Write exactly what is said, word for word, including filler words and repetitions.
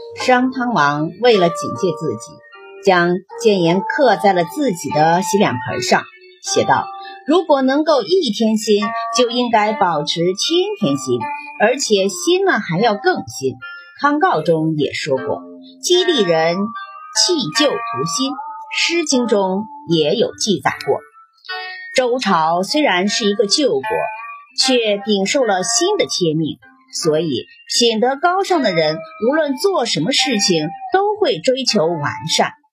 商汤王为了警戒自己，将谏言刻在了自己的洗脸盆上，写道：如果能够一天新，就应该保持千天新，而且新了还要更新。康诰中也说过，激励人弃旧图新，诗经中也有记载过。周朝虽然是一个旧国，却禀受了新的天命，所以品德高尚的人无论做什么事情都会追求完善。